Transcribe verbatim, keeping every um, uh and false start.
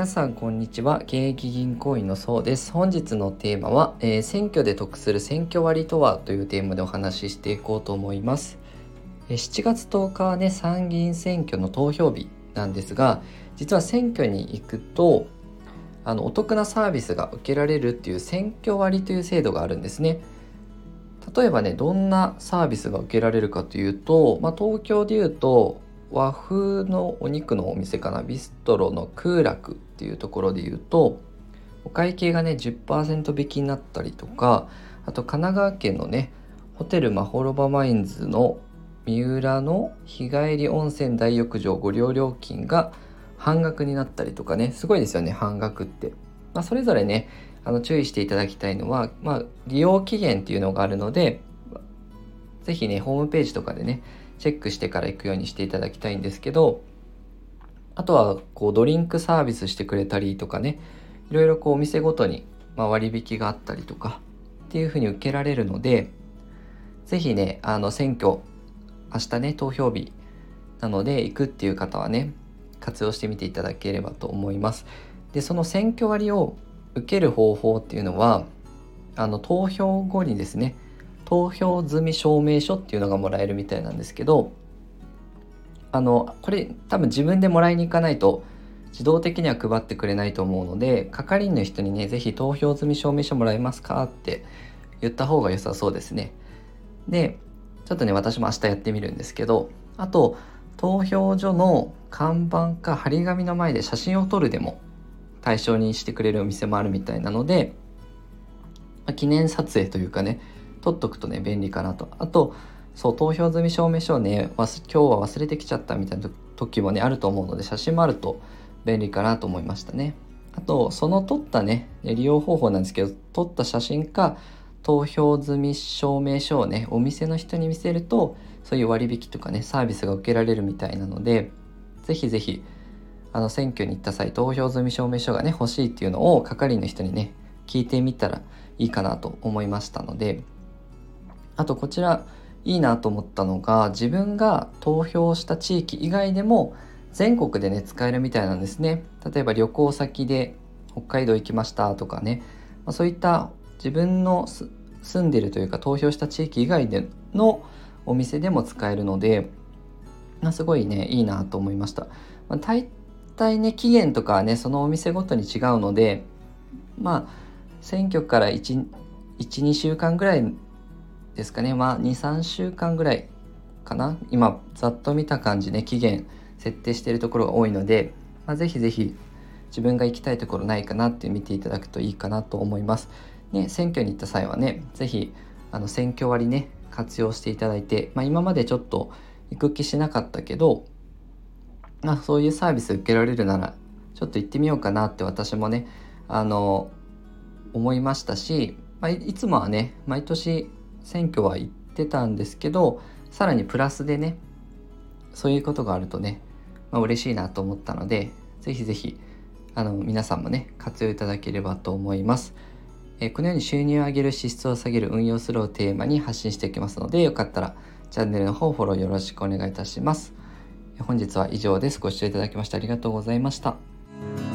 皆さんこんにちは。現役銀行員のそうです。本日のテーマは、えー、選挙で得する選挙割とはというテーマでお話ししていこうと思います。えー、しちがつとおかはね、参議院選挙の投票日なんですが、実は選挙に行くとあのお得なサービスが受けられるっていう選挙割という制度があるんですね。例えばね、どんなサービスが受けられるかというと、まあ、東京でいうと和風のお肉のお店かな、ビストロの空楽っていうところでいうと、お会計がね じゅっパーセント 引きになったりとか、あと神奈川県のねホテルマホロバマインズの三浦の日帰り温泉大浴場ご利用料金が半額になったりとかね、すごいですよね、半額って。まあ、それぞれねあの注意していただきたいのは、まあ、利用期限っていうのがあるので、ぜひねホームページとかでねチェックしてから行くようにしていただきたいんですけど、あとはこうドリンクサービスしてくれたりとかね、いろいろこうお店ごとにまあ割引があったりとかっていう風に受けられるので、ぜひねあの選挙明日ね投票日なので行くっていう方はね活用してみていただければと思います。で、その選挙割を受ける方法っていうのは、あの投票後にですね投票済み証明書っていうのがもらえるみたいなんですけど、あのこれ多分自分でもらいに行かないと自動的には配ってくれないと思うので、係員の人にねぜひ投票済み証明書もらえますかって言った方が良さそうですね。でちょっとね私も明日やってみるんですけど、あと投票所の看板か張り紙の前で写真を撮るでも対象にしてくれるお店もあるみたいなので、記念撮影というかね撮っとくとね便利かなと。あとそう投票済み証明書をね今日は忘れてきちゃったみたいな時もねあると思うので、写真もあると便利かなと思いましたね。あとその撮ったね利用方法なんですけど、撮った写真か投票済み証明書をねお店の人に見せると、そういう割引とかねサービスが受けられるみたいなので、ぜひぜひあの選挙に行った際投票済み証明書がね欲しいっていうのを係員の人にね聞いてみたらいいかなと思いましたので、あとこちらいいなと思ったのが、自分が投票した地域以外でも全国でね使えるみたいなんですね。例えば旅行先で北海道行きましたとかね、まあ、そういった自分の住んでるというか投票した地域以外でのお店でも使えるので、まあ、すごいねいいなと思いました。まあ、大体ね期限とかはねそのお店ごとに違うので、まあ選挙からいち、にしゅうかんぐらいですかね、まあに、さんしゅうかんぐらいかな、今ざっと見た感じね期限設定しているところが多いので、まあ、ぜひぜひ自分が行きたいところないかなって見ていただくといいかなと思いますね。選挙に行った際はねぜひあの選挙割ね活用していただいて、まあ、今までちょっと行く気しなかったけど、まあ、そういうサービス受けられるならちょっと行ってみようかなって私もねあの思いましたし、まあ、いつもはね毎年選挙は行ってたんですけど、さらにプラスでねそういうことがあるとね、まあ、嬉しいなと思ったので、ぜひぜひあの皆さんもね活用いただければと思います。えー、このように収入を上げる、支出を下げる、運用するをテーマに発信していきますので、よかったらチャンネルの方フォローよろしくお願いいたします。本日は以上です。ご視聴いただきましてありがとうございました。